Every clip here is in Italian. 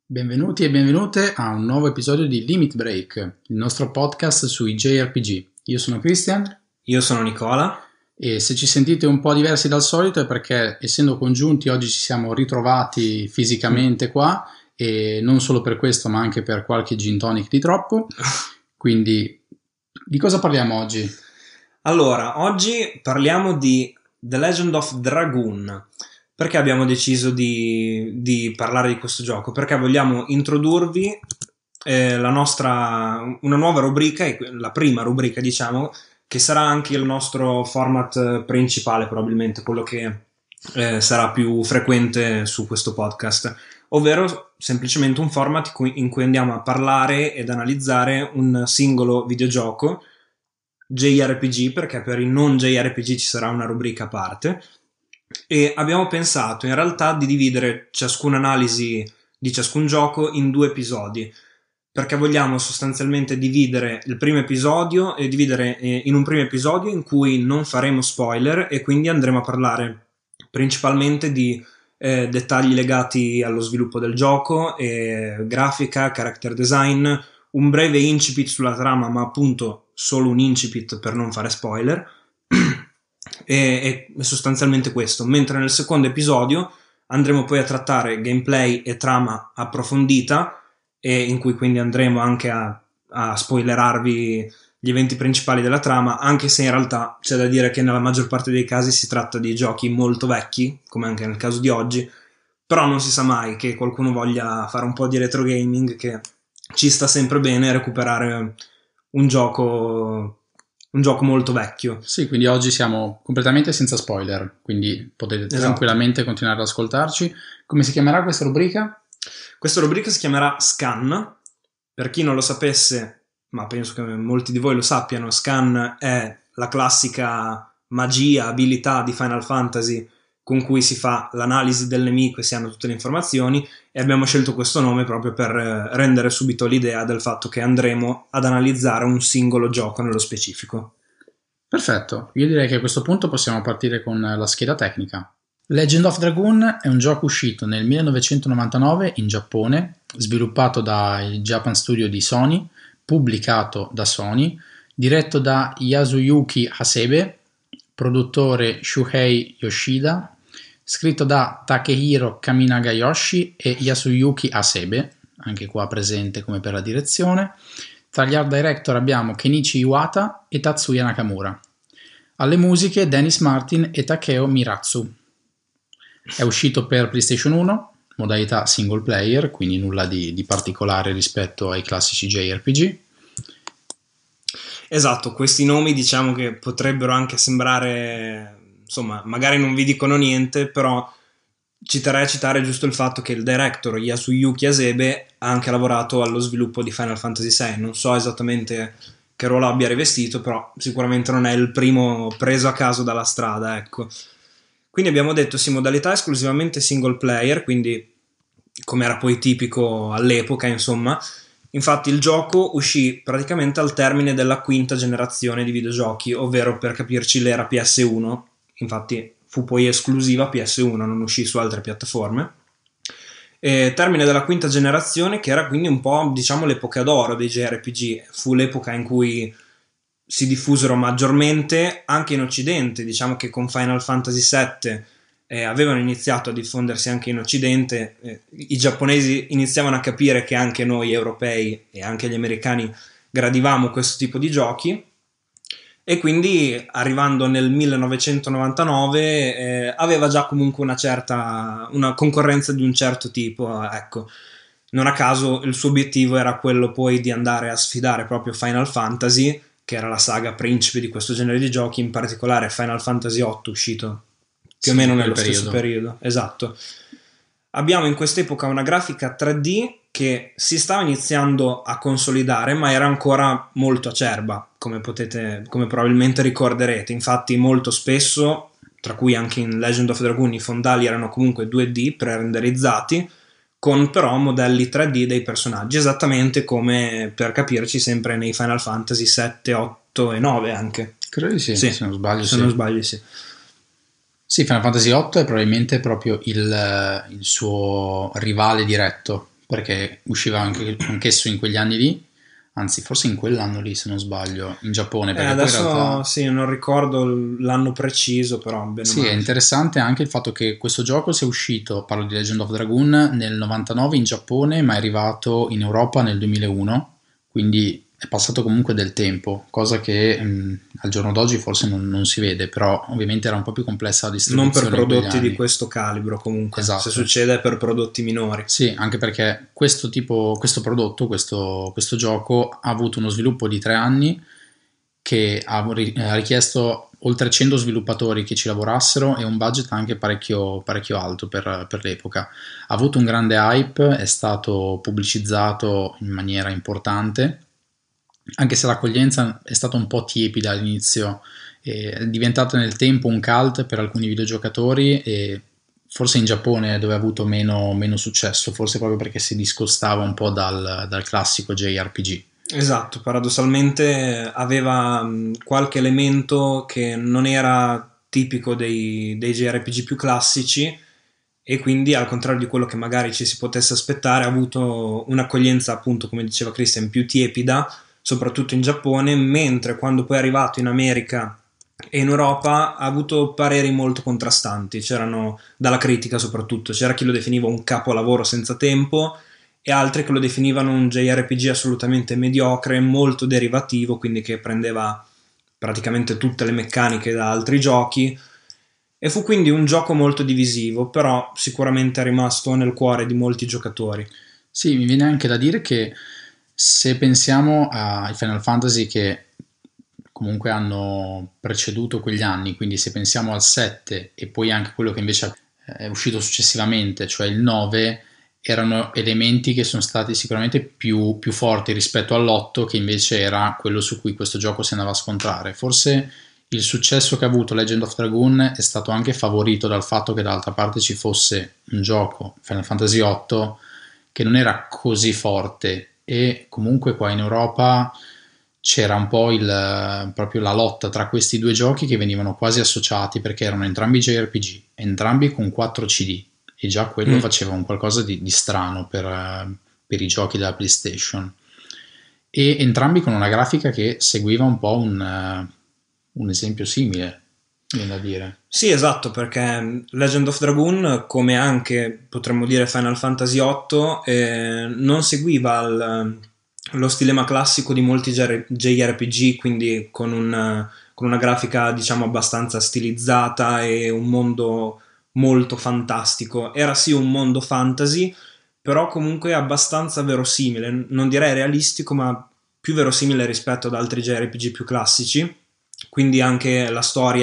Benvenuti e benvenute a un nuovo episodio di Limit Break, il nostro podcast sui JRPG. Io sono Christian. Io sono Nicola. E se ci sentite un po' diversi dal solito è perché, essendo congiunti, oggi ci siamo ritrovati fisicamente qua, e non solo per questo ma anche per qualche gin tonic di troppo. Quindi di cosa parliamo oggi? Allora, oggi parliamo di The Legend of Dragoon. Perché abbiamo deciso di parlare di questo gioco? Perché vogliamo introdurvi una nuova rubrica, la prima rubrica, diciamo, che sarà anche il nostro format principale, probabilmente quello che sarà più frequente su questo podcast, ovvero semplicemente un format in cui andiamo a parlare ed analizzare un singolo videogioco JRPG, perché per i non JRPG ci sarà una rubrica a parte. E abbiamo pensato in realtà di dividere ciascuna analisi di ciascun gioco in 2 episodi, perché vogliamo sostanzialmente dividere il primo episodio e dividere in un primo episodio in cui non faremo spoiler e quindi andremo a parlare principalmente di dettagli legati allo sviluppo del gioco, grafica, character design, un breve incipit sulla trama, ma appunto solo un incipit per non fare spoiler. E sostanzialmente questo, mentre nel secondo episodio andremo poi a trattare gameplay e trama approfondita, e in cui quindi andremo anche a spoilerarvi gli eventi principali della trama, anche se in realtà c'è da dire che nella maggior parte dei casi si tratta di giochi molto vecchi, come anche nel caso di oggi, però non si sa mai che qualcuno voglia fare un po' di retro gaming, che ci sta sempre bene recuperare un gioco molto vecchio. Sì, quindi oggi siamo completamente senza spoiler, quindi potete tranquillamente continuare ad ascoltarci. Come si chiamerà questa rubrica? Questa rubrica si chiamerà Scan. Per chi non lo sapesse, ma penso che molti di voi lo sappiano, Scan è la classica magia, abilità di Final Fantasy con cui si fa l'analisi del nemico e si hanno tutte le informazioni, e abbiamo scelto questo nome proprio per rendere subito l'idea del fatto che andremo ad analizzare un singolo gioco nello specifico. Perfetto, io direi che a questo punto possiamo partire con la scheda tecnica. Legend of Dragoon è un gioco uscito nel 1999 in Giappone, sviluppato dai Japan Studio di Sony, pubblicato da Sony, diretto da Yasuyuki Hasebe, produttore Shuhei Yoshida, scritto da Takehiro Kaminagayoshi e Yasuyuki Hasebe, anche qua presente come per la direzione. Tra gli art director abbiamo Kenichi Iwata e Tatsuya Nakamura. Alle musiche Dennis Martin e Takeo Miratsu. È uscito per PlayStation 1, modalità single player, quindi nulla di particolare rispetto ai classici JRPG. Esatto, questi nomi diciamo che potrebbero anche sembrare, insomma, magari non vi dicono niente, però ci terrei a citare giusto il fatto che il director Yasuyuki Hasebe ha anche lavorato allo sviluppo di Final Fantasy VI. Non so esattamente che ruolo abbia rivestito, però sicuramente non è il primo preso a caso dalla strada, ecco. Quindi abbiamo detto sì, modalità esclusivamente single player, quindi come era poi tipico all'epoca, insomma. Infatti il gioco uscì praticamente al termine della 5ª generazione di videogiochi, ovvero, per capirci, l'era PS1. Infatti fu poi esclusiva PS1, non uscì su altre piattaforme. Termine della 5ª generazione, che era quindi un po', diciamo, l'epoca d'oro dei JRPG. Fu l'epoca in cui si diffusero maggiormente anche in Occidente. Diciamo che con Final Fantasy VII avevano iniziato a diffondersi anche in Occidente. I giapponesi iniziavano a capire che anche noi europei e anche gli americani gradivamo questo tipo di giochi, e quindi arrivando nel 1999 aveva già comunque una concorrenza di un certo tipo, ecco. Non a caso il suo obiettivo era quello poi di andare a sfidare proprio Final Fantasy, che era la saga principe di questo genere di giochi, in particolare Final Fantasy VIII, uscito più o meno nello stesso periodo. Esatto. Abbiamo in quest'epoca una grafica 3D che si stava iniziando a consolidare, ma era ancora molto acerba, come probabilmente ricorderete. Infatti molto spesso, tra cui anche in Legend of Dragoon, i fondali erano comunque 2D pre-renderizzati, con però modelli 3D dei personaggi, esattamente come, per capirci, sempre nei Final Fantasy 7, 8 e 9 anche. Credo di sì, se non sbaglio. Se non sbaglio, sì. Sì, Final Fantasy VIII è probabilmente proprio il suo rivale diretto, perché usciva anch'esso in quegli anni lì, anzi forse in quell'anno lì se non sbaglio, in Giappone, perché poi in Adesso realtà... sì, non ricordo l'anno preciso, però bene o Sì, è male. interessante anche il fatto che questo gioco sia uscito, parlo di Legend of Dragoon, nel 99 in Giappone, ma è arrivato in Europa nel 2001, quindi è passato comunque del tempo, cosa che al giorno d'oggi forse non si vede, però ovviamente era un po' più complessa la Non per distribuzione in quegli prodotti di anni. questo calibro, comunque. Se Esatto. succede è per prodotti minori. Sì, anche perché questo prodotto, questo gioco ha avuto uno sviluppo di 3 anni che ha richiesto oltre 100 sviluppatori che ci lavorassero e un budget anche parecchio alto per l'epoca. Ha avuto un grande hype, è stato pubblicizzato in maniera importante, anche se l'accoglienza è stata un po' tiepida all'inizio, è diventata nel tempo un cult per alcuni videogiocatori e forse in Giappone dove ha avuto meno successo, forse proprio perché si discostava un po' dal classico JRPG. Esatto, paradossalmente aveva qualche elemento che non era tipico dei JRPG più classici e quindi al contrario di quello che magari ci si potesse aspettare ha avuto un'accoglienza appunto come diceva Christian più tiepida soprattutto in Giappone, mentre quando poi è arrivato in America e in Europa ha avuto pareri molto contrastanti, c'erano dalla critica soprattutto, c'era chi lo definiva un capolavoro senza tempo e altri che lo definivano un JRPG assolutamente mediocre, molto derivativo, quindi che prendeva praticamente tutte le meccaniche da altri giochi e fu quindi un gioco molto divisivo, però sicuramente è rimasto nel cuore di molti giocatori. Sì, mi viene anche da dire che se pensiamo ai Final Fantasy che comunque hanno preceduto quegli anni, quindi se pensiamo al 7 e poi anche quello che invece è uscito successivamente, cioè il 9, erano elementi che sono stati sicuramente più forti rispetto all'8 che invece era quello su cui questo gioco si andava a scontrare. Forse il successo che ha avuto Legend of Dragoon è stato anche favorito dal fatto che dall'altra parte ci fosse un gioco, Final Fantasy 8, che non era così forte e comunque qua in Europa c'era un po' proprio la lotta tra questi due giochi che venivano quasi associati perché erano entrambi JRPG, entrambi con 4 CD e già quello faceva un qualcosa di strano per i giochi della PlayStation e entrambi con una grafica che seguiva un po' un esempio simile, viene da dire. Sì, esatto, perché Legend of Dragoon, come anche potremmo dire Final Fantasy VIII, non seguiva lo stilema classico di molti JRPG, quindi con una grafica diciamo abbastanza stilizzata e un mondo molto fantastico. Era sì un mondo fantasy, però comunque abbastanza verosimile, non direi realistico, ma più verosimile rispetto ad altri JRPG più classici. Quindi anche la storia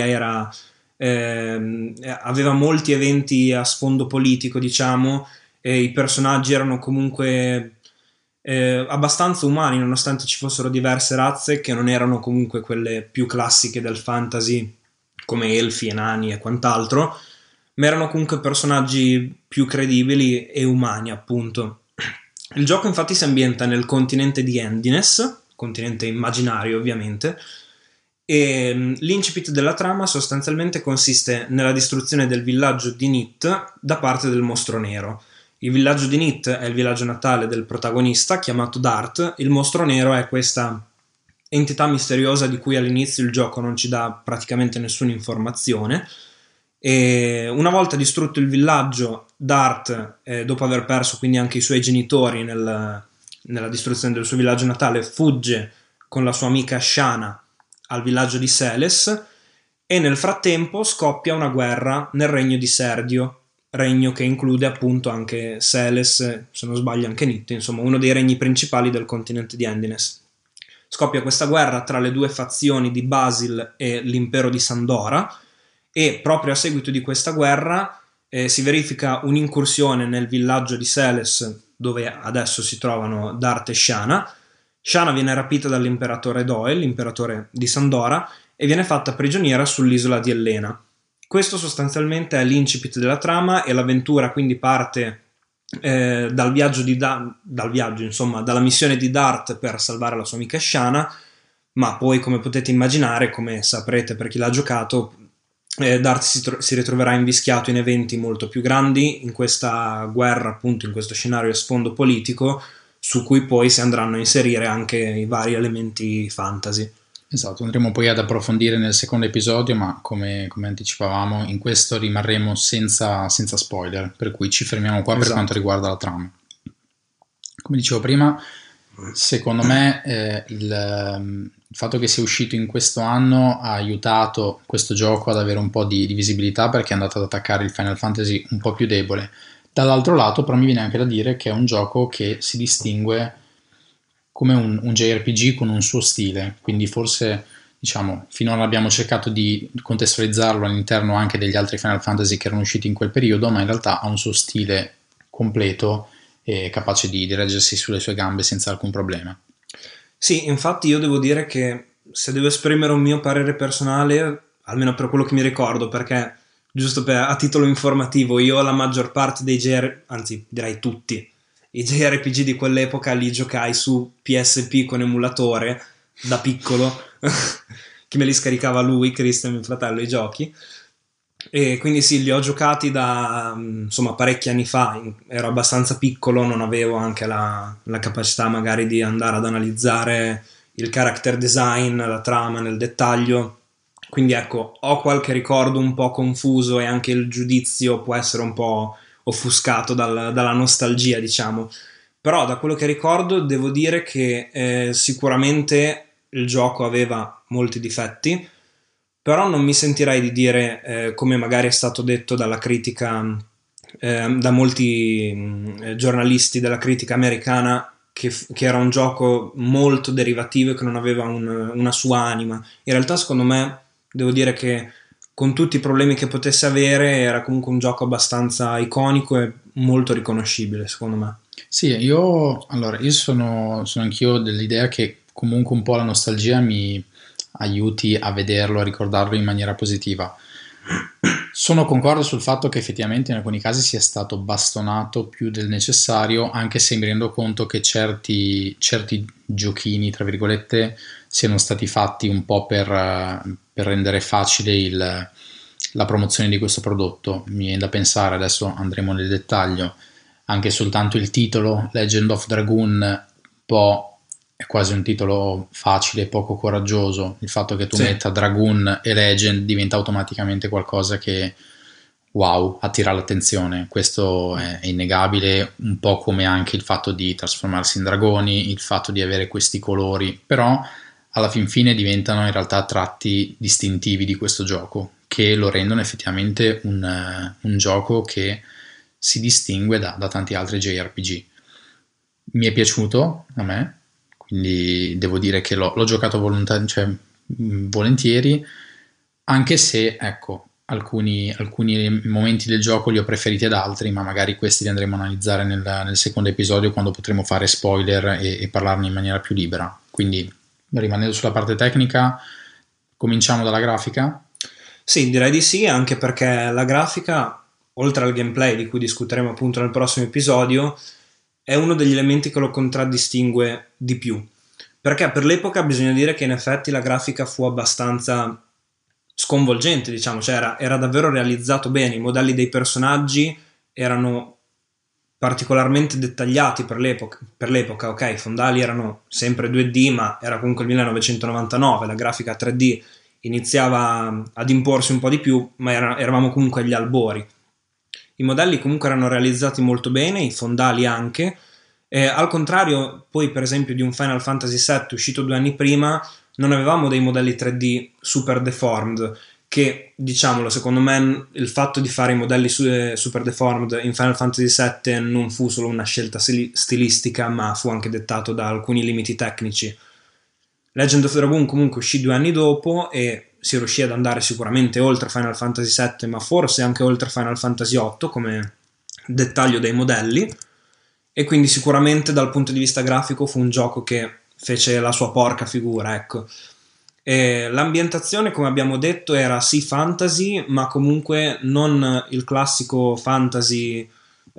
aveva molti eventi a sfondo politico, diciamo, e i personaggi erano comunque abbastanza umani, nonostante ci fossero diverse razze che non erano comunque quelle più classiche del fantasy, come elfi, nani e quant'altro, ma erano comunque personaggi più credibili e umani, appunto. Il gioco infatti si ambienta nel continente di Endines, continente immaginario ovviamente, e l'incipit della trama sostanzialmente consiste nella distruzione del villaggio di Nit da parte del mostro nero. Il villaggio di Nit è il villaggio natale del protagonista chiamato Dart, il mostro nero è questa entità misteriosa di cui all'inizio il gioco non ci dà praticamente nessuna informazione e una volta distrutto il villaggio Dart, dopo aver perso quindi anche i suoi genitori nella distruzione del suo villaggio natale, fugge con la sua amica Shana al villaggio di Seles e nel frattempo scoppia una guerra nel regno di Serdio, regno che include appunto anche Seles, se non sbaglio anche Nit, insomma uno dei regni principali del continente di Endines. Scoppia questa guerra tra le due fazioni di Basil e l'impero di Sandora e proprio a seguito di questa guerra si verifica un'incursione nel villaggio di Seles dove adesso si trovano Dart e Shana. Shana viene rapita dall'imperatore Doel, l'imperatore di Sandora, e viene fatta prigioniera sull'isola di Ellena. Questo sostanzialmente è l'incipit della trama e l'avventura quindi parte dal viaggio, insomma, dalla missione di Dart per salvare la sua amica Shana, ma poi come potete immaginare, come saprete per chi l'ha giocato, Dart si ritroverà invischiato in eventi molto più grandi in questa guerra, appunto in questo scenario a sfondo politico, su cui poi si andranno a inserire anche i vari elementi fantasy. Esatto, andremo poi ad approfondire nel secondo episodio, ma come anticipavamo, in questo rimarremo senza spoiler, per cui ci fermiamo qua per quanto riguarda la trama. Come dicevo prima, secondo me il fatto che sia uscito in questo anno ha aiutato questo gioco ad avere un po' di visibilità, perché è andato ad attaccare il Final Fantasy un po' più debole. Dall'altro lato però mi viene anche da dire che è un gioco che si distingue come un JRPG con un suo stile, quindi forse diciamo finora abbiamo cercato di contestualizzarlo all'interno anche degli altri Final Fantasy che erano usciti in quel periodo, ma in realtà ha un suo stile completo e capace di reggersi sulle sue gambe senza alcun problema. Sì, infatti io devo dire che se devo esprimere un mio parere personale, almeno per quello che mi ricordo, perché giusto a titolo informativo, io la maggior parte dei anzi direi tutti, i JRPG di quell'epoca li giocai su PSP con emulatore, da piccolo, che me li scaricava lui, Christian, mio fratello, i giochi. E quindi sì, li ho giocati da insomma parecchi anni fa, ero abbastanza piccolo, non avevo anche la capacità magari di andare ad analizzare il character design, la trama nel dettaglio, quindi ecco, ho qualche ricordo un po' confuso e anche il giudizio può essere un po' offuscato dalla nostalgia, diciamo. Però da quello che ricordo devo dire che sicuramente il gioco aveva molti difetti, però non mi sentirei di dire, come magari è stato detto dalla critica, da molti giornalisti della critica americana, che era un gioco molto derivativo e che non aveva una sua anima. In realtà, secondo me, devo dire che con tutti i problemi che potesse avere, era comunque un gioco abbastanza iconico e molto riconoscibile, secondo me. Sì, io sono anch'io dell'idea che comunque un po' la nostalgia mi aiuti a vederlo, a ricordarlo in maniera positiva. Concordo sul fatto che effettivamente in alcuni casi sia stato bastonato più del necessario, anche se mi rendo conto che certi giochini, tra virgolette, siano stati fatti un po' per rendere facile la promozione di questo prodotto. Mi viene da pensare, adesso andremo nel dettaglio, anche soltanto il titolo Legend of Dragoon, un po' è quasi un titolo facile, poco coraggioso. Il fatto che tu metta Dragoon e Legend diventa automaticamente qualcosa che wow, attira l'attenzione. Questo è innegabile, un po' come anche il fatto di trasformarsi in dragoni, il fatto di avere questi colori, però alla fin fine diventano in realtà tratti distintivi di questo gioco, che lo rendono effettivamente un gioco che si distingue da tanti altri JRPG. Mi è piaciuto a me, quindi devo dire che l'ho giocato volentieri, anche se ecco alcuni momenti del gioco li ho preferiti ad altri, ma magari questi li andremo a analizzare nel secondo episodio, quando potremo fare spoiler e parlarne in maniera più libera. Quindi rimanendo sulla parte tecnica, cominciamo dalla grafica? Sì, direi di sì, anche perché la grafica, oltre al gameplay di cui discuteremo appunto nel prossimo episodio, è uno degli elementi che lo contraddistingue di più. Perché per l'epoca bisogna dire che in effetti la grafica fu abbastanza sconvolgente, diciamo, cioè era davvero realizzato bene, i modelli dei personaggi erano particolarmente dettagliati per l'epoca, ok, i fondali erano sempre 2D, ma era comunque il 1999, la grafica 3D iniziava ad imporsi un po' di più, ma eravamo comunque agli albori. I modelli comunque erano realizzati molto bene, i fondali anche, al contrario poi per esempio di un Final Fantasy VII uscito 2 anni prima, non avevamo dei modelli 3D super deformed, che diciamolo, secondo me il fatto di fare i modelli super deformed in Final Fantasy VII non fu solo una scelta stilistica, ma fu anche dettato da alcuni limiti tecnici. Legend of Dragoon comunque uscì 2 anni dopo e si riuscì ad andare sicuramente oltre Final Fantasy VII, ma forse anche oltre Final Fantasy VIII come dettaglio dei modelli, e quindi sicuramente dal punto di vista grafico fu un gioco che fece la sua porca figura, ecco. E l'ambientazione, come abbiamo detto, era sì fantasy, ma comunque non il classico fantasy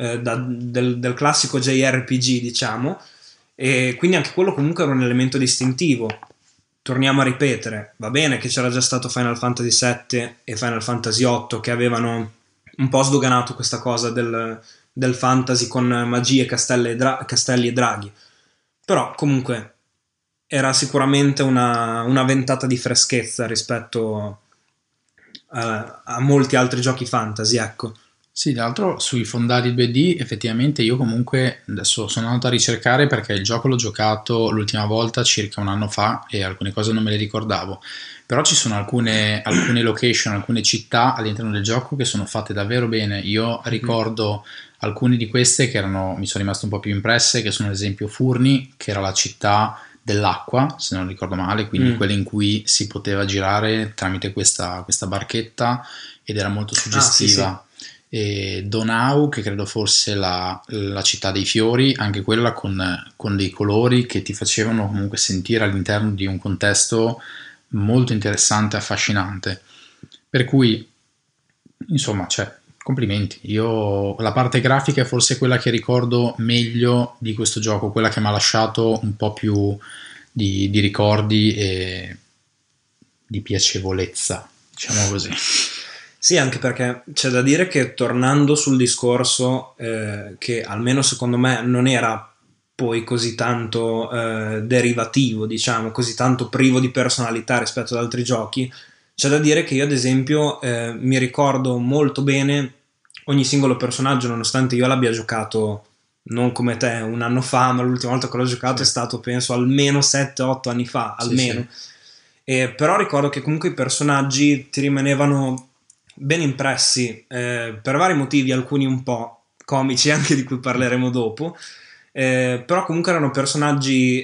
del classico JRPG, diciamo, e quindi anche quello comunque era un elemento distintivo. torniamo a ripetere, va bene che c'era già stato Final Fantasy VII e Final Fantasy VIII che avevano un po' sdoganato questa cosa del fantasy con magie, castelli e draghi, però comunque era sicuramente una ventata di freschezza rispetto a molti altri giochi fantasy, ecco. Sì, tra l'altro sui fondali 2D effettivamente io comunque adesso sono andato a ricercare perché il gioco l'ho giocato l'ultima volta circa un anno fa e alcune cose non me le ricordavo, però ci sono alcune location, alcune città all'interno del gioco che sono fatte davvero bene. Io ricordo alcune di queste che mi sono rimaste un po' più impresse, che sono ad esempio Furni, che era la città dell'acqua, se non ricordo male, quindi quella in cui si poteva girare tramite questa barchetta ed era molto suggestiva. E Donau, che credo fosse la città dei fiori, anche quella con dei colori che ti facevano comunque sentire all'interno di un contesto molto interessante e affascinante, per cui insomma, cioè, complimenti. Io la parte grafica è forse quella che ricordo meglio di questo gioco, quella che mi ha lasciato un po' più di ricordi e di piacevolezza, diciamo così. Sì, anche perché c'è da dire che tornando sul discorso che almeno secondo me non era poi così tanto derivativo, diciamo, così tanto privo di personalità rispetto ad altri giochi, c'è da dire che io ad esempio mi ricordo molto bene ogni singolo personaggio, nonostante io l'abbia giocato non come te un anno fa, ma l'ultima volta che l'ho giocato è stato penso almeno 7-8 anni fa, almeno. Sì. Però ricordo che comunque i personaggi ti rimanevano ben impressi per vari motivi, alcuni un po' comici anche di cui parleremo dopo, però comunque erano personaggi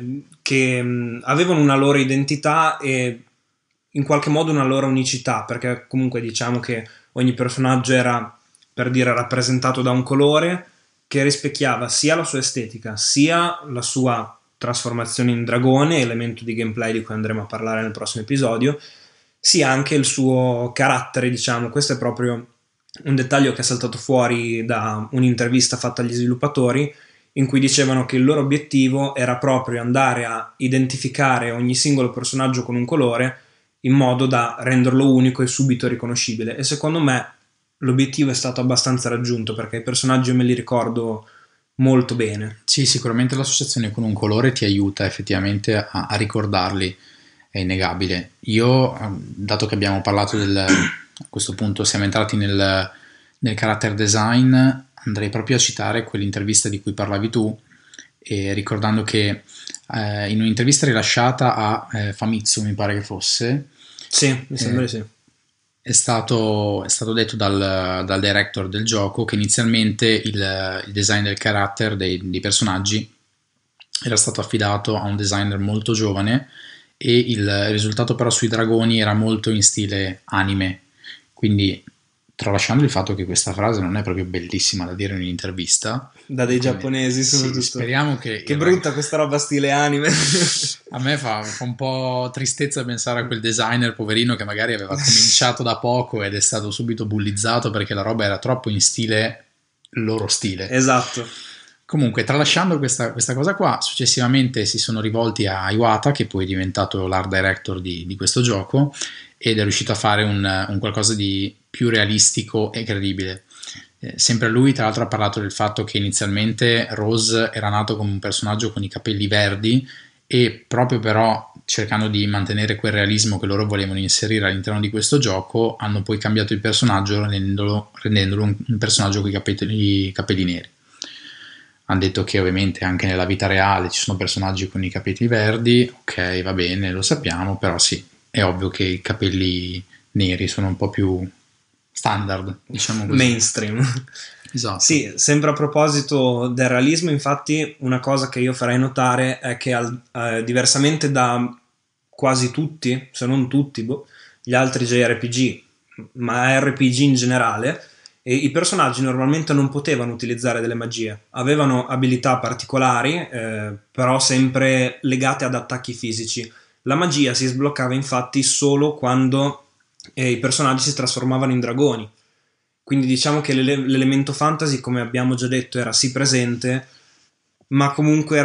che avevano una loro identità e in qualche modo una loro unicità, perché comunque diciamo che ogni personaggio era, per dire, rappresentato da un colore che rispecchiava sia la sua estetica sia la sua trasformazione in dragone, elemento di gameplay di cui andremo a parlare nel prossimo episodio, sia anche il suo carattere, diciamo. Questo è proprio un dettaglio che è saltato fuori da un'intervista fatta agli sviluppatori, in cui dicevano che il loro obiettivo era proprio andare a identificare ogni singolo personaggio con un colore in modo da renderlo unico e subito riconoscibile, e secondo me l'obiettivo è stato abbastanza raggiunto, perché i personaggi io me li ricordo molto bene. Sì, sicuramente l'associazione con un colore ti aiuta effettivamente a ricordarli, è innegabile. Io, dato che abbiamo parlato a questo punto siamo entrati nel character design, andrei proprio a citare quell'intervista di cui parlavi tu, e ricordando che in un'intervista rilasciata a Famitsu, mi pare che fosse, sì, mi sembra sì, è stato detto dal director del gioco che inizialmente il design del character dei personaggi era stato affidato a un designer molto giovane, e il risultato però sui dragoni era molto in stile anime, quindi tralasciando il fatto che questa frase non è proprio bellissima da dire in un'intervista da dei giapponesi soprattutto, sì, speriamo che brutta questa roba stile anime. A me fa un po' tristezza pensare a quel designer poverino che magari aveva cominciato da poco ed è stato subito bullizzato perché la roba era troppo in stile loro stile. Esatto. Comunque, tralasciando questa cosa qua, successivamente si sono rivolti a Iwata, che poi è diventato l'art director di questo gioco, ed è riuscito a fare un qualcosa di più realistico e credibile. Sempre lui, tra l'altro, ha parlato del fatto che inizialmente Rose era nato come un personaggio con i capelli verdi, e proprio però cercando di mantenere quel realismo che loro volevano inserire all'interno di questo gioco, hanno poi cambiato il personaggio rendendolo un personaggio con i capelli neri. Hanno detto che ovviamente anche nella vita reale ci sono personaggi con i capelli verdi, ok, va bene, lo sappiamo, però sì, è ovvio che i capelli neri sono un po' più standard, diciamo così. Mainstream. Esatto. Sì, sempre a proposito del realismo, infatti una cosa che io farei notare è che diversamente da quasi tutti, se non tutti, gli altri JRPG, ma RPG in generale, e i personaggi normalmente non potevano utilizzare delle magie, avevano abilità particolari, però sempre legate ad attacchi fisici. La magia si sbloccava infatti solo quando i personaggi si trasformavano in dragoni. Quindi diciamo che l'elemento fantasy, come abbiamo già detto, era sì presente, ma comunque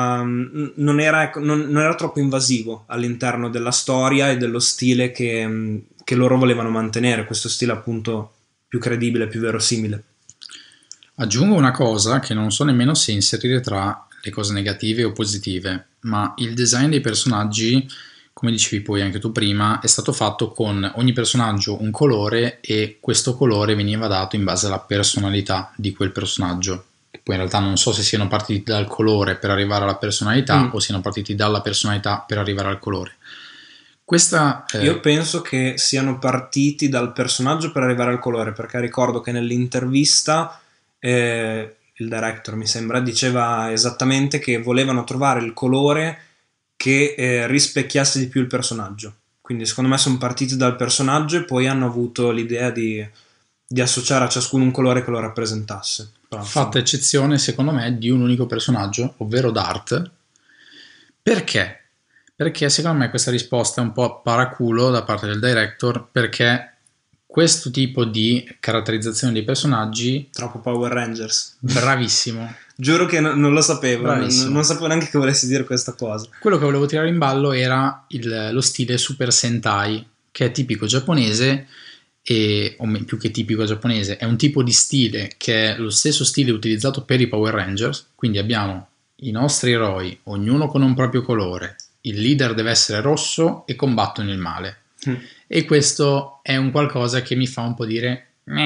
non era troppo invasivo all'interno della storia e dello stile che loro volevano mantenere, questo stile appunto più credibile, più verosimile. Aggiungo una cosa che non so nemmeno se inserire tra le cose negative o positive, ma il design dei personaggi, come dicevi poi anche tu prima, è stato fatto con ogni personaggio un colore e questo colore veniva dato in base alla personalità di quel personaggio. Poi in realtà non so se siano partiti dal colore per arrivare alla personalità o siano partiti dalla personalità per arrivare al colore. Io penso che siano partiti dal personaggio per arrivare al colore, perché ricordo che nell'intervista il director, mi sembra, diceva esattamente che volevano trovare il colore che rispecchiasse di più il personaggio. Quindi secondo me sono partiti dal personaggio e poi hanno avuto l'idea di associare a ciascuno un colore che lo rappresentasse. Fatta eccezione, secondo me, di un unico personaggio, ovvero Dart. Perché? Perché secondo me questa risposta è un po' paraculo da parte del director, perché questo tipo di caratterizzazione dei personaggi... Troppo Power Rangers. Bravissimo. Giuro che non lo sapevo, non sapevo neanche che volessi dire questa cosa. Quello che volevo tirare in ballo era lo stile Super Sentai, che è tipico giapponese, o più che tipico giapponese, è un tipo di stile che è lo stesso stile utilizzato per i Power Rangers, quindi abbiamo i nostri eroi, ognuno con un proprio colore, il leader deve essere rosso e combattono il male. E questo è un qualcosa che mi fa un po' dire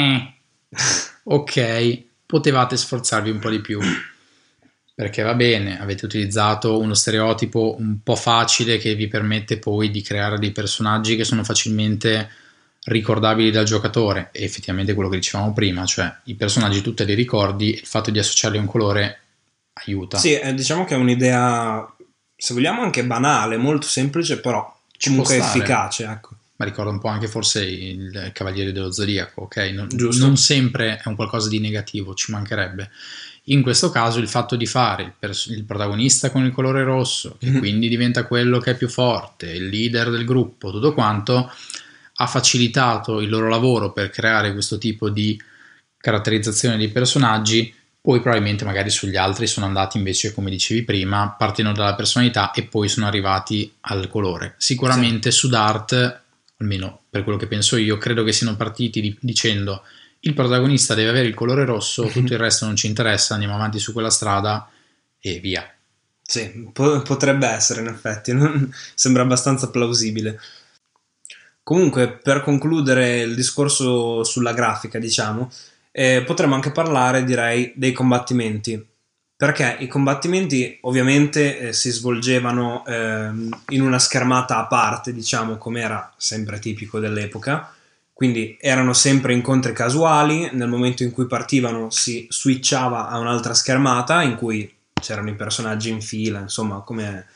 ok, potevate sforzarvi un po' di più, perché va bene, avete utilizzato uno stereotipo un po' facile che vi permette poi di creare dei personaggi che sono facilmente ricordabili dal giocatore, e effettivamente quello che dicevamo prima, cioè i personaggi tu te li ricordi, il fatto di associarli a un colore aiuta. Sì, diciamo che è un'idea, se vogliamo, anche banale, molto semplice, però comunque efficace, ecco. Ma ricorda un po' anche forse il Cavaliere dello Zodiaco, ok? Non sempre è un qualcosa di negativo, ci mancherebbe. In questo caso il fatto di fare il protagonista con il colore rosso, che quindi diventa quello che è più forte, il leader del gruppo, tutto quanto, ha facilitato il loro lavoro per creare questo tipo di caratterizzazione dei personaggi. Poi probabilmente magari sugli altri sono andati invece, come dicevi prima, partendo dalla personalità e poi sono arrivati al colore. Sicuramente sì. Su Dart, almeno per quello che penso io, credo che siano partiti dicendo il protagonista deve avere il colore rosso, tutto il resto non ci interessa, andiamo avanti su quella strada e via. Sì, potrebbe essere, in effetti, sembra abbastanza plausibile. Comunque, per concludere il discorso sulla grafica, diciamo, potremmo anche parlare, direi, dei combattimenti, perché i combattimenti ovviamente si svolgevano in una schermata a parte, diciamo, come era sempre tipico dell'epoca, quindi erano sempre incontri casuali, nel momento in cui partivano si switchava a un'altra schermata in cui c'erano i personaggi in fila, insomma, come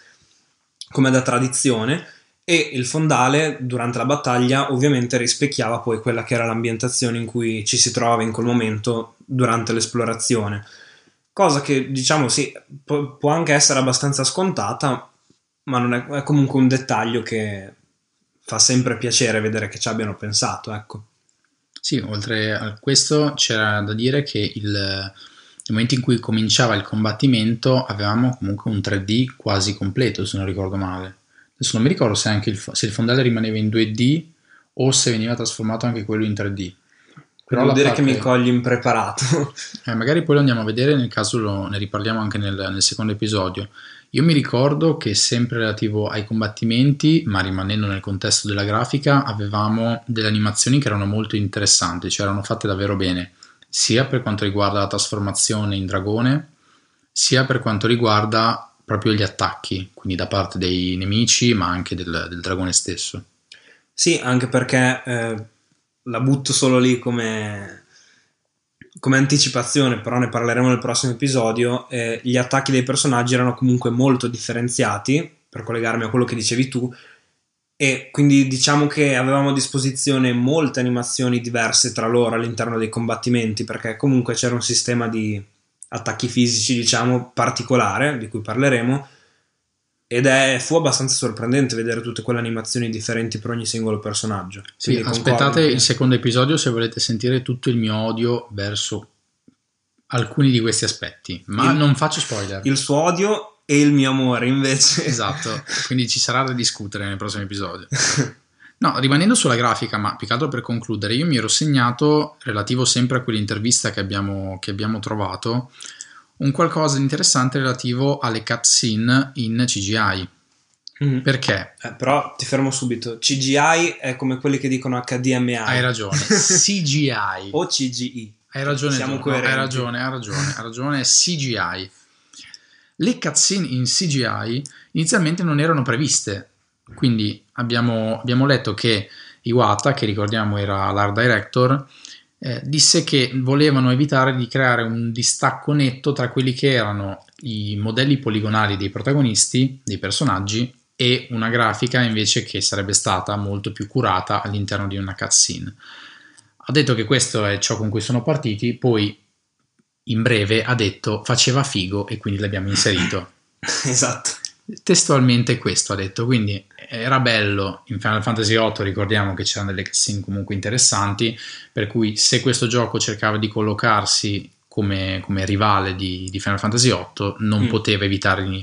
da tradizione, e il fondale durante la battaglia ovviamente rispecchiava poi quella che era l'ambientazione in cui ci si trovava in quel momento durante l'esplorazione, cosa che diciamo sì, può anche essere abbastanza scontata, ma non è comunque un dettaglio che fa sempre piacere vedere che ci abbiano pensato, ecco. Sì, oltre a questo c'era da dire che nel momento in cui cominciava il combattimento avevamo comunque un 3D quasi completo, se non ricordo male. Adesso non mi ricordo se anche se il fondale rimaneva in 2D o se veniva trasformato anche quello in 3D. Però vuol dire che mi cogli impreparato. Magari poi lo andiamo a vedere, nel caso ne riparliamo anche nel secondo episodio. Io mi ricordo che sempre relativo ai combattimenti, ma rimanendo nel contesto della grafica, avevamo delle animazioni che erano molto interessanti, cioè erano fatte davvero bene, sia per quanto riguarda la trasformazione in dragone, sia per quanto riguarda proprio gli attacchi, quindi da parte dei nemici, ma anche del dragone stesso. Sì, anche perché la butto solo lì come anticipazione, però ne parleremo nel prossimo episodio. Gli attacchi dei personaggi erano comunque molto differenziati, per collegarmi a quello che dicevi tu, e quindi diciamo che avevamo a disposizione molte animazioni diverse tra loro all'interno dei combattimenti, perché comunque c'era un sistema di attacchi fisici, diciamo, particolare, di cui parleremo, ed fu abbastanza sorprendente vedere tutte quelle animazioni differenti per ogni singolo personaggio. Sì, aspettate il secondo episodio se volete sentire tutto il mio odio verso alcuni di questi aspetti, ma non faccio spoiler. Il suo odio e il mio amore, invece. Esatto, quindi ci sarà da discutere nel prossimo episodio. No, rimanendo sulla grafica, ma più che altro per concludere, io mi ero segnato, relativo sempre a quell'intervista che abbiamo trovato, un qualcosa di interessante relativo alle cutscene in CGI. Perché? Però ti fermo subito. CGI è come quelli che dicono HDMI. Hai ragione, CGI. O CGI. Hai ragione, Siamo tu, no, hai ragione, CGI. Le cutscene in CGI inizialmente non erano previste. Quindi abbiamo letto che Iwata, che ricordiamo era l'art director, disse che volevano evitare di creare un distacco netto tra quelli che erano i modelli poligonali dei protagonisti, dei personaggi, e una grafica invece che sarebbe stata molto più curata all'interno di una cutscene. Ha detto che questo è ciò con cui sono partiti, poi in breve ha detto faceva figo e quindi l'abbiamo inserito. Esatto. Testualmente questo ha detto, quindi era bello. In Final Fantasy VIII ricordiamo che c'erano delle cutscene comunque interessanti, per cui se questo gioco cercava di collocarsi come rivale di Final Fantasy VIII non poteva evitare di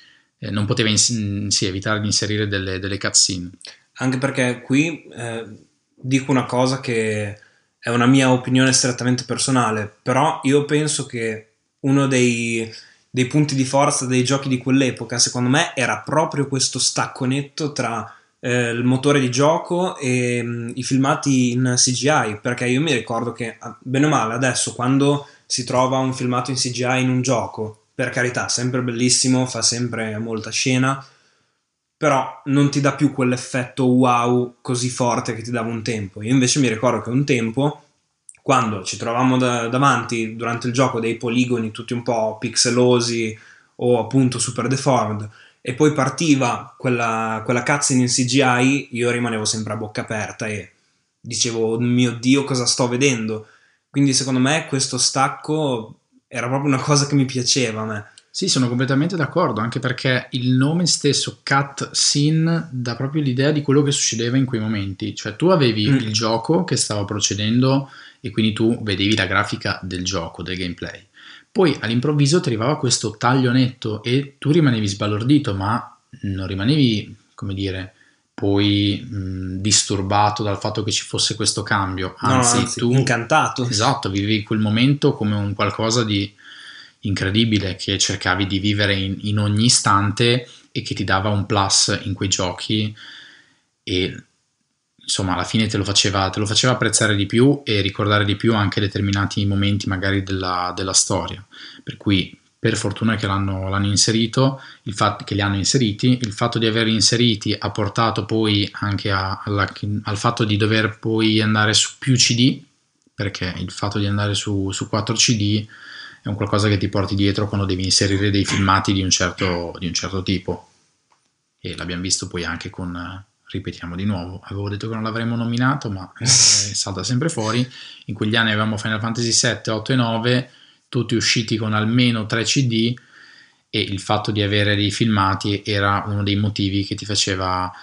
evitare di inserire delle cutscene. Anche perché qui dico una cosa che è una mia opinione strettamente personale, però io penso che uno dei punti di forza dei giochi di quell'epoca, secondo me, era proprio questo stacco netto tra il motore di gioco e i filmati in CGI, perché io mi ricordo che, bene o male, adesso quando si trova un filmato in CGI in un gioco, per carità, sempre bellissimo, fa sempre molta scena, però non ti dà più quell'effetto wow così forte che ti dava un tempo. Io invece mi ricordo che un tempo, quando ci trovavamo davanti durante il gioco dei poligoni tutti un po' pixelosi o appunto super deformed e poi partiva quella cutscene in CGI, io rimanevo sempre a bocca aperta e dicevo, mio Dio, cosa sto vedendo? Quindi secondo me questo stacco era proprio una cosa che mi piaceva a me. Sì, sono completamente d'accordo, anche perché il nome stesso cutscene dà proprio l'idea di quello che succedeva in quei momenti. Cioè tu avevi il gioco che stava procedendo e quindi tu vedevi la grafica del gioco, del gameplay. Poi all'improvviso ti arrivava questo taglio netto e tu rimanevi sbalordito, ma non rimanevi, come dire, poi disturbato dal fatto che ci fosse questo cambio. Anzi, tu incantato. Esatto, vivevi quel momento come un qualcosa di incredibile che cercavi di vivere in ogni istante e che ti dava un plus in quei giochi e insomma alla fine te lo faceva apprezzare di più e ricordare di più anche determinati momenti magari della storia, per cui per fortuna che l'hanno inserito, il fatto che li hanno inseriti, il fatto di averli inseriti ha portato poi anche al fatto di dover poi andare su più CD, perché il fatto di andare su 4 CD è un qualcosa che ti porti dietro quando devi inserire dei filmati di un certo tipo, e l'abbiamo visto poi anche con, ripetiamo di nuovo, avevo detto che non l'avremmo nominato ma salta sempre fuori, in quegli anni avevamo Final Fantasy 7, 8 e 9 tutti usciti con almeno 3 CD e il fatto di avere dei filmati era uno dei motivi che ti faceva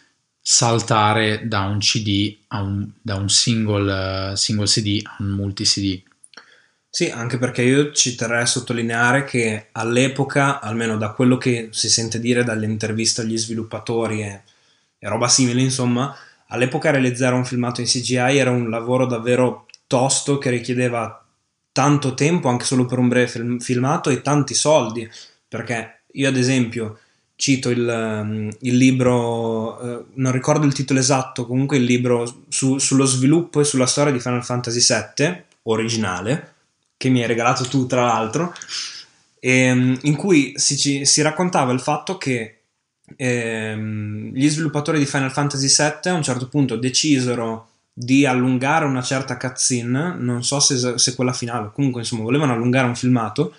saltare da un CD da un single CD a un multi CD. Sì, anche perché io ci terrei a sottolineare che all'epoca, almeno da quello che si sente dire dalle interviste agli sviluppatori e roba simile, insomma, all'epoca realizzare un filmato in CGI era un lavoro davvero tosto che richiedeva tanto tempo anche solo per un breve filmato e tanti soldi, perché io ad esempio cito il libro, non ricordo il titolo esatto, comunque il libro sullo sviluppo e sulla storia di Final Fantasy VII originale, che mi hai regalato tu tra l'altro, in cui si raccontava il fatto che gli sviluppatori di Final Fantasy VII a un certo punto decisero di allungare una certa cutscene, non so se quella finale, comunque insomma volevano allungare un filmato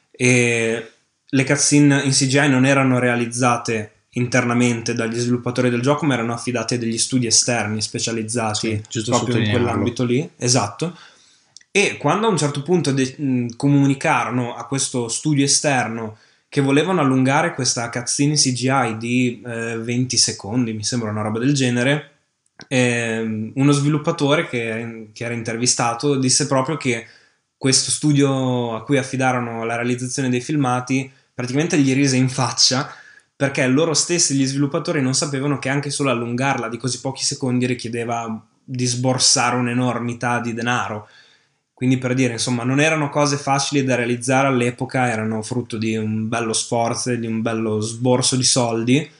e le cutscene in CGI non erano realizzate internamente dagli sviluppatori del gioco ma erano affidate a degli studi esterni specializzati proprio in quell'ambito lì, esatto. E quando a un certo punto comunicarono a questo studio esterno che volevano allungare questa cutscene CGI di 20 secondi, mi sembra una roba del genere, uno sviluppatore che era intervistato disse proprio che questo studio a cui affidarono la realizzazione dei filmati praticamente gli rise in faccia perché loro stessi, gli sviluppatori, non sapevano che anche solo allungarla di così pochi secondi richiedeva di sborsare un'enormità di denaro. Quindi, per dire, insomma, non erano cose facili da realizzare all'epoca, erano frutto di un bello sforzo e di un bello sborso di soldi,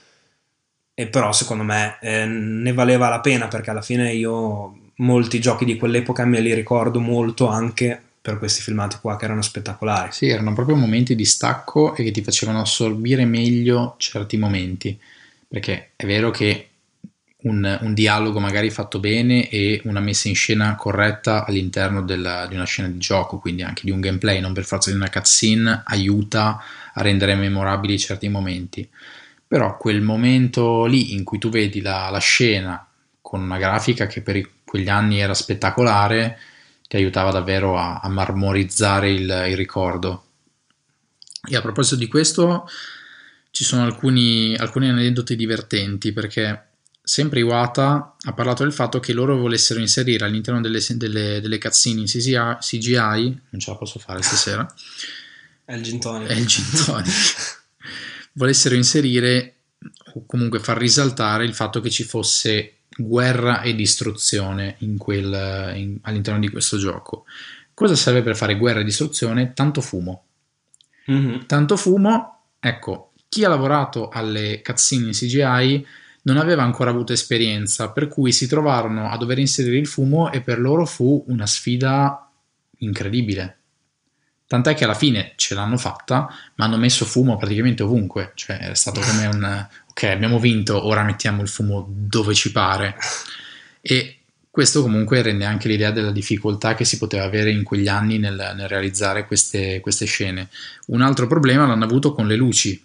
e però secondo me ne valeva la pena, perché alla fine io molti giochi di quell'epoca me li ricordo molto anche per questi filmati qua che erano spettacolari. Sì, erano proprio momenti di stacco e che ti facevano assorbire meglio certi momenti, perché è vero che un dialogo magari fatto bene e una messa in scena corretta all'interno di una scena di gioco, quindi anche di un gameplay, non per forza di una cutscene, aiuta a rendere memorabili certi momenti. Però quel momento lì in cui tu vedi la scena con una grafica che per quegli anni era spettacolare, ti aiutava davvero a marmorizzare il ricordo. E a proposito di questo, ci sono alcuni aneddoti divertenti, perché sempre Iwata ha parlato del fatto che loro volessero inserire all'interno delle cutscene in CGI, non ce la posso fare stasera, È il gin tonic. è il gin tonic. Volessero inserire o comunque far risaltare il fatto che ci fosse guerra e distruzione all'interno di questo gioco. Cosa serve per fare guerra e distruzione? Tanto fumo. Mm-hmm. Tanto fumo, ecco, chi ha lavorato alle cutscene in CGI non aveva ancora avuto esperienza, per cui si trovarono a dover inserire il fumo e per loro fu una sfida incredibile. Tant'è che alla fine ce l'hanno fatta, ma hanno messo fumo praticamente ovunque. Cioè è stato come ok, abbiamo vinto, ora mettiamo il fumo dove ci pare. E questo comunque rende anche l'idea della difficoltà che si poteva avere in quegli anni nel realizzare queste scene. Un altro problema l'hanno avuto con le luci,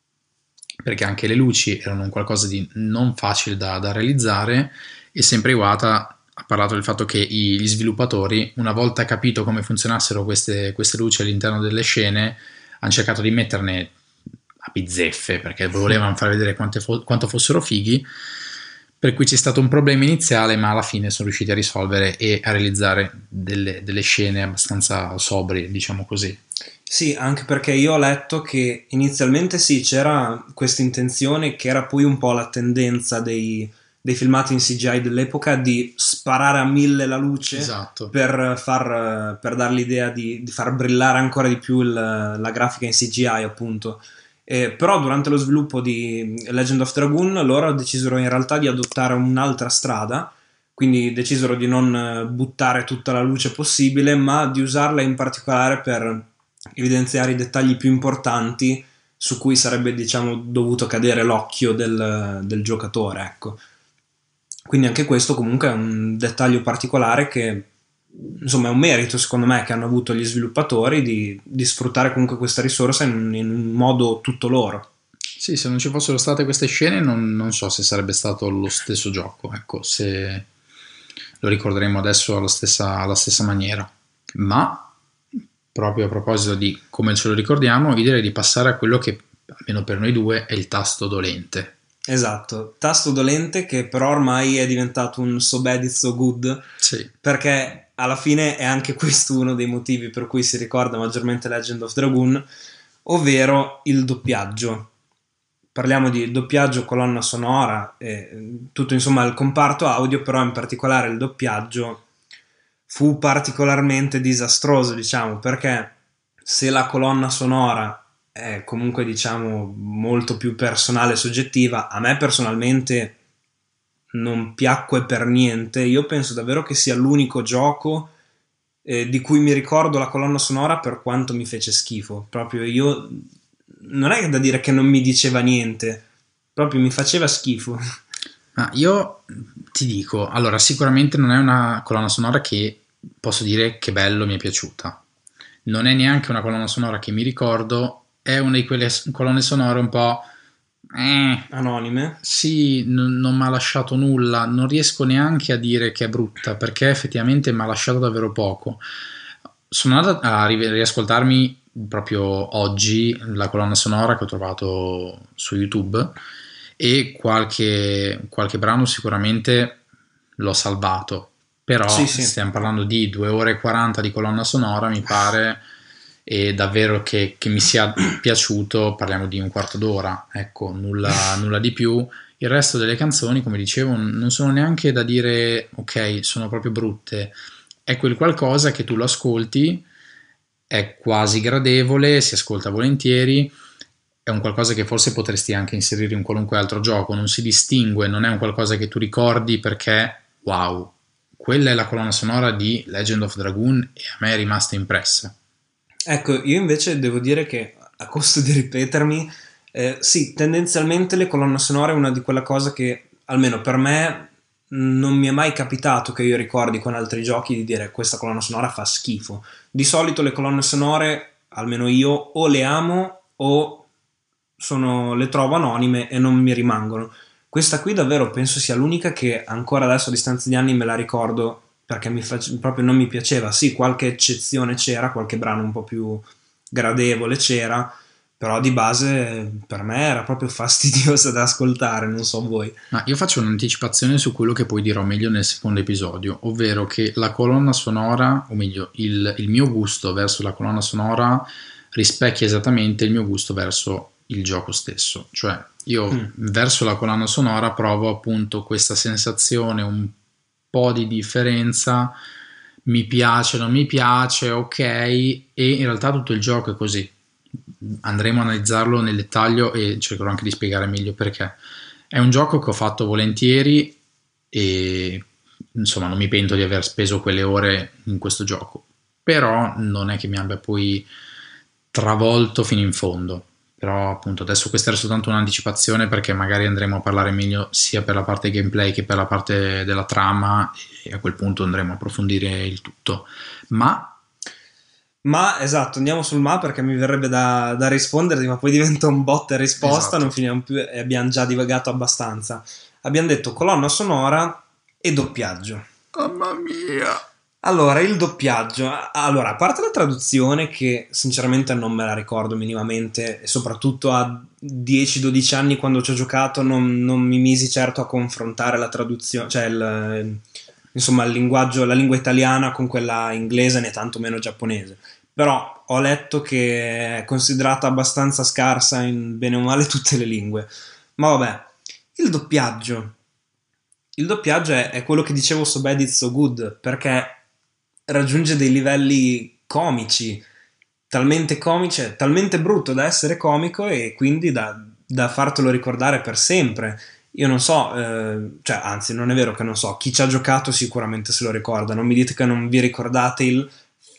perché anche le luci erano un qualcosa di non facile da realizzare, e sempre Iwata ha parlato del fatto che gli sviluppatori, una volta capito come funzionassero queste luci all'interno delle scene, hanno cercato di metterne a bizzeffe, perché volevano far vedere quanto fossero fighi, per cui c'è stato un problema iniziale, ma alla fine sono riusciti a risolvere e a realizzare delle scene abbastanza sobrie, diciamo così. Sì, anche perché io ho letto che inizialmente sì, c'era questa intenzione, che era poi un po' la tendenza dei filmati in CGI dell'epoca, di sparare a 1000 la luce. Esatto. per dar l'idea di far brillare ancora di più la grafica in CGI, appunto. Però durante lo sviluppo di Legend of Dragoon loro decisero in realtà di adottare un'altra strada, quindi decisero di non buttare tutta la luce possibile, ma di usarla in particolare per evidenziare i dettagli più importanti su cui sarebbe, diciamo, dovuto cadere l'occhio del giocatore, ecco. Quindi anche questo comunque è un dettaglio particolare che, insomma, è un merito secondo me che hanno avuto gli sviluppatori di sfruttare comunque questa risorsa in un modo tutto loro. Sì, se non ci fossero state queste scene non so se sarebbe stato lo stesso gioco, ecco, se lo ricorderemo adesso alla stessa maniera. Ma proprio a proposito di come ce lo ricordiamo, io direi di passare a quello che, almeno per noi due, è il tasto dolente. Esatto, tasto dolente che però ormai è diventato un so bad it's so good, sì, perché alla fine è anche questo uno dei motivi per cui si ricorda maggiormente Legend of Dragoon, ovvero il doppiaggio. Parliamo di doppiaggio, colonna sonora e tutto, insomma, il comparto audio, però in particolare il doppiaggio fu particolarmente disastroso, diciamo, perché se la colonna sonora è comunque, diciamo, molto più personale e soggettiva, a me personalmente non piacque per niente. Io penso davvero che sia l'unico gioco di cui mi ricordo la colonna sonora per quanto mi fece schifo. Proprio io, non è da dire che non mi diceva niente, proprio mi faceva schifo. Ma io ti dico, allora sicuramente non è una colonna sonora che posso dire che bello, mi è piaciuta. Non è neanche una colonna sonora che mi ricordo, è una di quelle colonne sonore un po' anonime. Sì, non mi ha lasciato nulla, non riesco neanche a dire che è brutta, perché effettivamente mi ha lasciato davvero poco. Sono andato a riascoltarmi proprio oggi la colonna sonora che ho trovato su YouTube, e qualche brano sicuramente l'ho salvato, però Sì, sì. stiamo parlando di 2 ore e 40 di colonna sonora, mi pare, e davvero che mi sia piaciuto, parliamo di un quarto d'ora, ecco, nulla di più. Il resto delle canzoni, come dicevo, non sono neanche da dire ok, sono proprio brutte, è quel qualcosa che tu lo ascolti, è quasi gradevole, si ascolta volentieri, è un qualcosa che forse potresti anche inserire in qualunque altro gioco, non si distingue, non è un qualcosa che tu ricordi perché wow, quella è la colonna sonora di Legend of Dragoon e a me è rimasta impressa. Ecco, io invece devo dire che, a costo di ripetermi, sì, tendenzialmente le colonne sonore è una di quella cosa che, almeno per me, non mi è mai capitato che io ricordi con altri giochi di dire questa colonna sonora fa schifo. Di solito le colonne sonore, almeno io, o le amo o le trovo anonime e non mi rimangono. Questa qui davvero penso sia l'unica che ancora adesso a distanza di anni me la ricordo perché proprio non mi piaceva. Sì, qualche eccezione c'era, qualche brano un po' più gradevole c'era, però di base per me era proprio fastidiosa da ascoltare, non so voi. Ma io faccio un'anticipazione su quello che poi dirò meglio nel secondo episodio, ovvero che la colonna sonora, o meglio, il mio gusto verso la colonna sonora rispecchia esattamente il mio gusto verso il gioco stesso. Cioè, io verso la colonna sonora provo appunto questa sensazione, un po' di differenza, mi piace, non mi piace, ok, e in realtà tutto il gioco è così. Andremo a analizzarlo nel dettaglio e cercherò anche di spiegare meglio perché. È un gioco che ho fatto volentieri e insomma non mi pento di aver speso quelle ore in questo gioco, però non è che mi abbia poi travolto fino in fondo. Però appunto adesso questa era soltanto un'anticipazione perché magari andremo a parlare meglio sia per la parte gameplay che per la parte della trama e a quel punto andremo a approfondire il tutto. Ma esatto, andiamo sul ma perché mi verrebbe da risponderti, ma poi diventa un botta e risposta, esatto. non finiamo più e abbiamo già divagato abbastanza. Abbiamo detto colonna sonora e doppiaggio. Mamma mia! Allora, il doppiaggio. Allora, a parte la traduzione, che sinceramente non me la ricordo minimamente, e soprattutto a 10-12 anni quando ci ho giocato non mi misi certo a confrontare la traduzione, cioè insomma il linguaggio, la lingua italiana con quella inglese né tanto meno giapponese. Però ho letto che è considerata abbastanza scarsa in bene o male tutte le lingue. Ma vabbè, il doppiaggio. Il doppiaggio è quello che dicevo So Bad It's So Good, perché raggiunge dei livelli comici, cioè, talmente brutto da essere comico e quindi da fartelo ricordare per sempre. Io non so, cioè anzi non è vero che non so, chi ci ha giocato sicuramente se lo ricorda, non mi dite che non vi ricordate il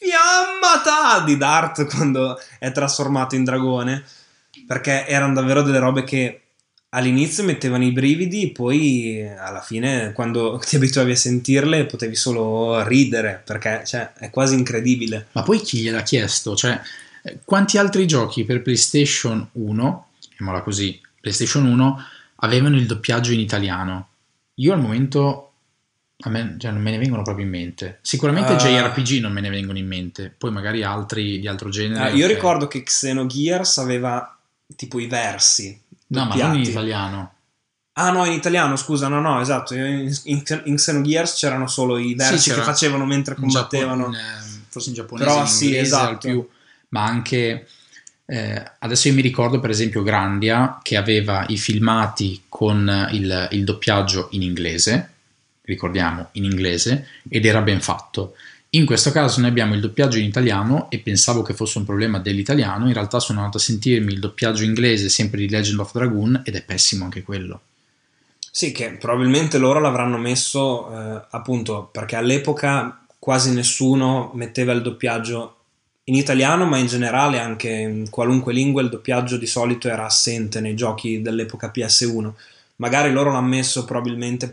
fiammata di Dart quando è trasformato in dragone, perché erano davvero delle robe che all'inizio mettevano i brividi, poi alla fine quando ti abituavi a sentirle potevi solo ridere, perché cioè, è quasi incredibile. Ma poi chi gliel'ha chiesto? Cioè, quanti altri giochi per PlayStation 1, chiamiamola così, PlayStation 1, avevano il doppiaggio in italiano? Io al momento cioè, non me ne vengono proprio in mente. Sicuramente JRPG non me ne vengono in mente, poi magari altri di altro genere. Io ok. ricordo che Xenogears aveva tipo i versi No, ma non in doppiati. italiano. Ah no, in italiano, scusa, no, esatto. In Xenogears c'erano solo i versi Sì, che c'era facevano mentre combattevano. forse in giapponese, Però in sì, inglese al esatto. più, ma anche adesso io mi ricordo per esempio Grandia che aveva i filmati con il doppiaggio in inglese, ricordiamo in inglese, ed era ben fatto. In questo caso noi abbiamo il doppiaggio in italiano e pensavo che fosse un problema dell'italiano, in realtà sono andato a sentirmi il doppiaggio inglese sempre di Legend of Dragoon ed è pessimo anche quello. Sì, che probabilmente loro l'avranno messo appunto perché all'epoca quasi nessuno metteva il doppiaggio in italiano, ma in generale anche in qualunque lingua il doppiaggio di solito era assente nei giochi dell'epoca PS1. Magari loro l'hanno messo probabilmente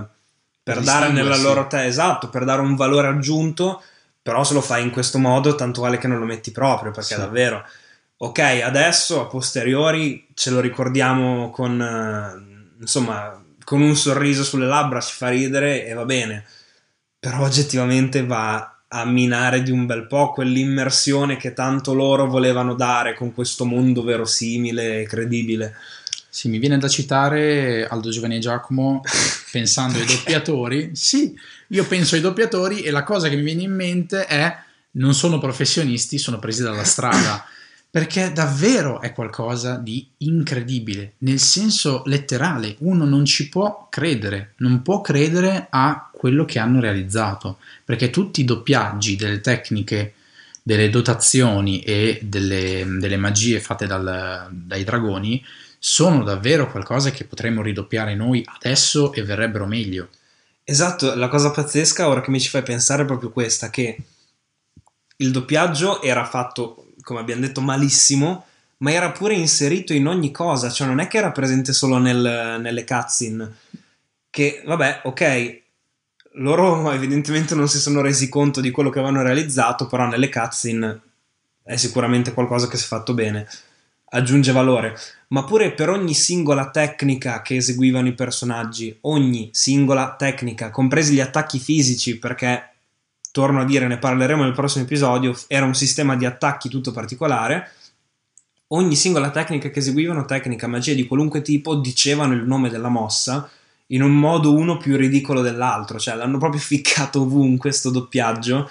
per dare nella loro esatto, per dare un valore aggiunto, però se lo fai in questo modo tanto vale che non lo metti proprio, perché Sì. davvero ok, adesso a posteriori ce lo ricordiamo con insomma con un sorriso sulle labbra, ci fa ridere e va bene, però oggettivamente va a minare di un bel po' quell'immersione che tanto loro volevano dare con questo mondo verosimile e credibile. Sì, mi viene da citare Aldo Giovanni e Giacomo pensando ai doppiatori. Sì, io penso ai doppiatori e la cosa che mi viene in mente è non sono professionisti, sono presi dalla strada. Perché davvero è qualcosa di incredibile, nel senso letterale, uno non ci può credere, non può credere a quello che hanno realizzato, perché tutti i doppiaggi delle tecniche, delle dotazioni e delle magie fatte dai dragoni sono davvero qualcosa che potremmo ridoppiare noi adesso e verrebbero meglio. Esatto, la cosa pazzesca ora che mi ci fai pensare è proprio questa, che il doppiaggio era fatto, come abbiamo detto, malissimo, ma era pure inserito in ogni cosa, cioè non è che era presente solo nelle cutscene, che vabbè, ok, loro evidentemente non si sono resi conto di quello che avevano realizzato, però nelle cutscene è sicuramente qualcosa che si è fatto bene, aggiunge valore, ma pure per ogni singola tecnica che eseguivano i personaggi, ogni singola tecnica, compresi gli attacchi fisici, perché torno a dire, ne parleremo nel prossimo episodio, era un sistema di attacchi tutto particolare. Ogni singola tecnica che eseguivano, tecnica, magia di qualunque tipo, dicevano il nome della mossa in un modo uno più ridicolo dell'altro, cioè l'hanno proprio ficcato ovunque sto doppiaggio.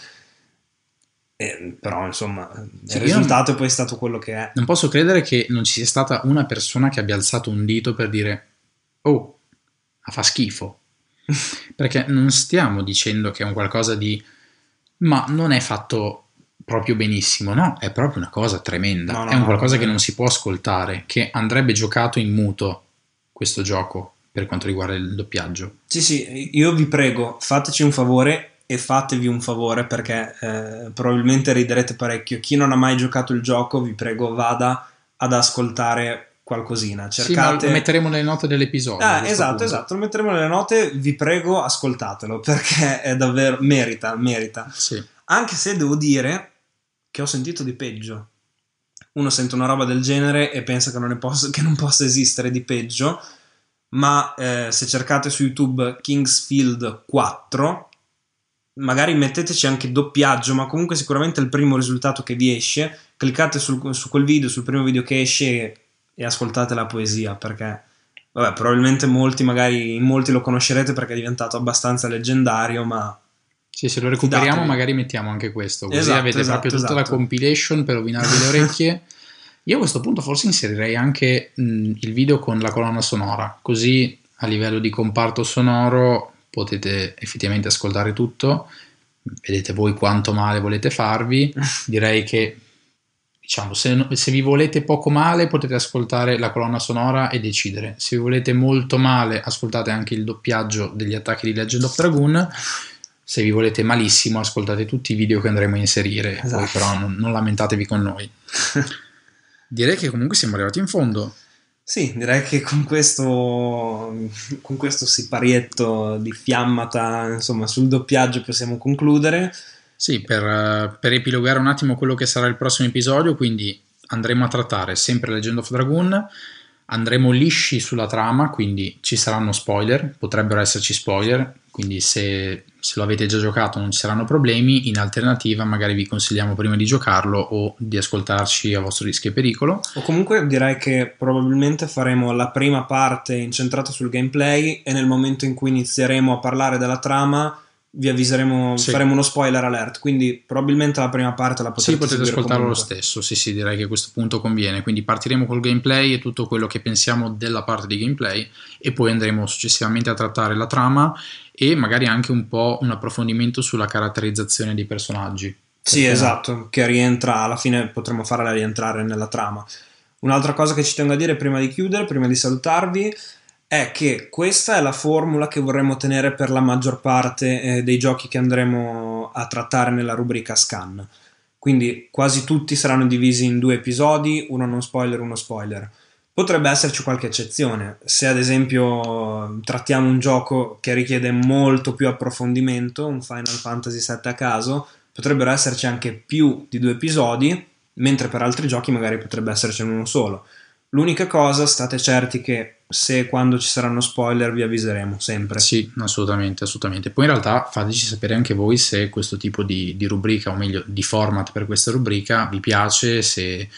Però insomma Sì, il risultato è poi stato quello che è. Non posso credere che non ci sia stata una persona che abbia alzato un dito per dire oh, fa schifo. Perché non stiamo dicendo che è un qualcosa di ma non è fatto proprio benissimo, no, è proprio una cosa tremenda, No, è un qualcosa no, che non si può ascoltare, che andrebbe giocato in muto questo gioco per quanto riguarda il doppiaggio. Sì, io vi prego, fateci un favore e fatevi un favore perché probabilmente riderete parecchio. Chi non ha mai giocato il gioco, vi prego, vada ad ascoltare qualcosina. Cercate... Sì, ma lo metteremo nelle note dell'episodio. Esatto, lo metteremo nelle note, vi prego, ascoltatelo perché è davvero... merita. Sì. Anche se devo dire che ho sentito di peggio. Uno sente una roba del genere e pensa che non possa esistere di peggio, ma se cercate su YouTube Kingsfield 4, magari metteteci anche doppiaggio, ma comunque sicuramente è il primo risultato che vi esce, cliccate su quel video, sul primo video che esce e ascoltate la poesia, perché vabbè, probabilmente in molti lo conoscerete perché è diventato abbastanza leggendario, ma sì, se lo recuperiamo fidatevi. magari mettiamo anche questo, così Esatto, avete proprio tutta la compilation per rovinarvi le orecchie. Io a questo punto forse inserirei anche il video con la colonna sonora, così a livello di comparto sonoro potete effettivamente ascoltare tutto, vedete voi quanto male volete farvi, direi che diciamo se vi volete poco male potete ascoltare la colonna sonora e decidere, se vi volete molto male ascoltate anche il doppiaggio degli attacchi di Legend of Dragoon, se vi volete malissimo ascoltate tutti i video che andremo a inserire, esatto. Poi però non lamentatevi con noi. Direi che comunque siamo arrivati in fondo. Sì, direi che con questo siparietto di fiammata, insomma, sul doppiaggio possiamo concludere. Sì, per epilogare un attimo quello che sarà il prossimo episodio, quindi andremo a trattare sempre Legend of Dragoon, andremo lisci sulla trama, quindi ci saranno spoiler, potrebbero esserci spoiler, quindi se lo avete già giocato non ci saranno problemi, in alternativa magari vi consigliamo prima di giocarlo o di ascoltarci a vostro rischio e pericolo. O comunque direi che probabilmente faremo la prima parte incentrata sul gameplay e nel momento in cui inizieremo a parlare della trama vi avviseremo, sì. Faremo uno spoiler alert, quindi probabilmente la prima parte la potete ascoltarlo comunque. lo stesso, sì, direi che a questo punto conviene, quindi partiremo col gameplay e tutto quello che pensiamo della parte di gameplay e poi andremo successivamente a trattare la trama e magari anche un po' un approfondimento sulla caratterizzazione dei personaggi. Sì, esatto, che rientra, alla fine potremo farla rientrare nella trama. Un'altra cosa che ci tengo a dire prima di chiudere, prima di salutarvi, è che questa è la formula che vorremmo tenere per la maggior parte dei giochi che andremo a trattare nella rubrica Scan. Quindi quasi tutti saranno divisi in 2 episodi, uno non spoiler, uno spoiler. Potrebbe esserci qualche eccezione, se ad esempio trattiamo un gioco che richiede molto più approfondimento, un Final Fantasy VII a caso, potrebbero esserci anche più di 2 episodi, mentre per altri giochi magari potrebbe essercene uno solo. L'unica cosa, state certi che se e quando ci saranno spoiler vi avviseremo sempre. Sì, assolutamente. Poi in realtà fateci sapere anche voi se questo tipo di rubrica, o meglio di format per questa rubrica vi piace, se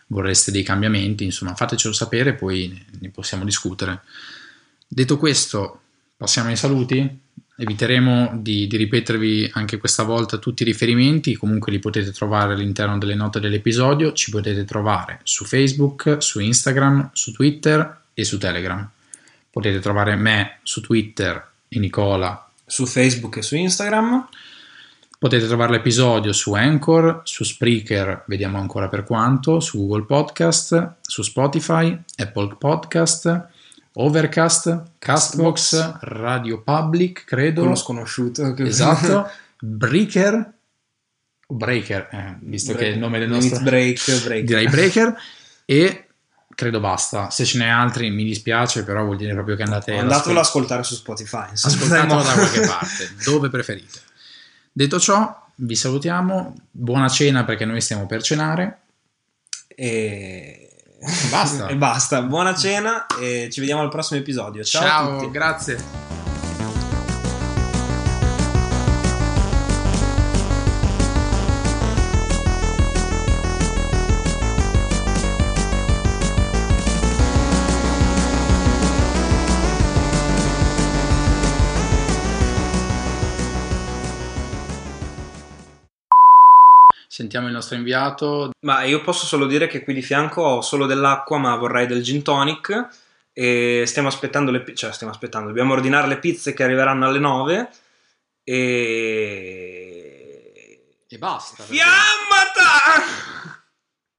vorreste dei cambiamenti, insomma fatecelo sapere, poi ne possiamo discutere. Detto questo, passiamo ai saluti. Eviteremo di ripetervi anche questa volta tutti i riferimenti, comunque li potete trovare all'interno delle note dell'episodio, ci potete trovare su Facebook, su Instagram, su Twitter e su Telegram. Potete trovare me su Twitter e Nicola su Facebook e su Instagram. Potete trovare l'episodio su Anchor, su Spreaker, vediamo ancora per quanto, su Google Podcast, su Spotify, Apple Podcast, Overcast, Castbox, Radio Public, credo. Quello sconosciuto. Esatto. Breaker, visto che è il nome del nostro... Break. Direi Breaker. E credo basta. Se ce n'è altri mi dispiace, però vuol dire proprio che andatelo ad ascoltare su Spotify. Ascoltatelo da qualche parte, dove preferite. Detto ciò, vi salutiamo. Buona cena, perché noi stiamo per cenare. E... Basta. E basta, buona cena e ci vediamo al prossimo episodio. Ciao a tutti. Grazie. Sentiamo il nostro inviato. Ma io posso solo dire che qui di fianco ho solo dell'acqua, ma vorrei del gin tonic. E stiamo aspettando dobbiamo ordinare le pizze che arriveranno alle 9. E basta. Fiammata!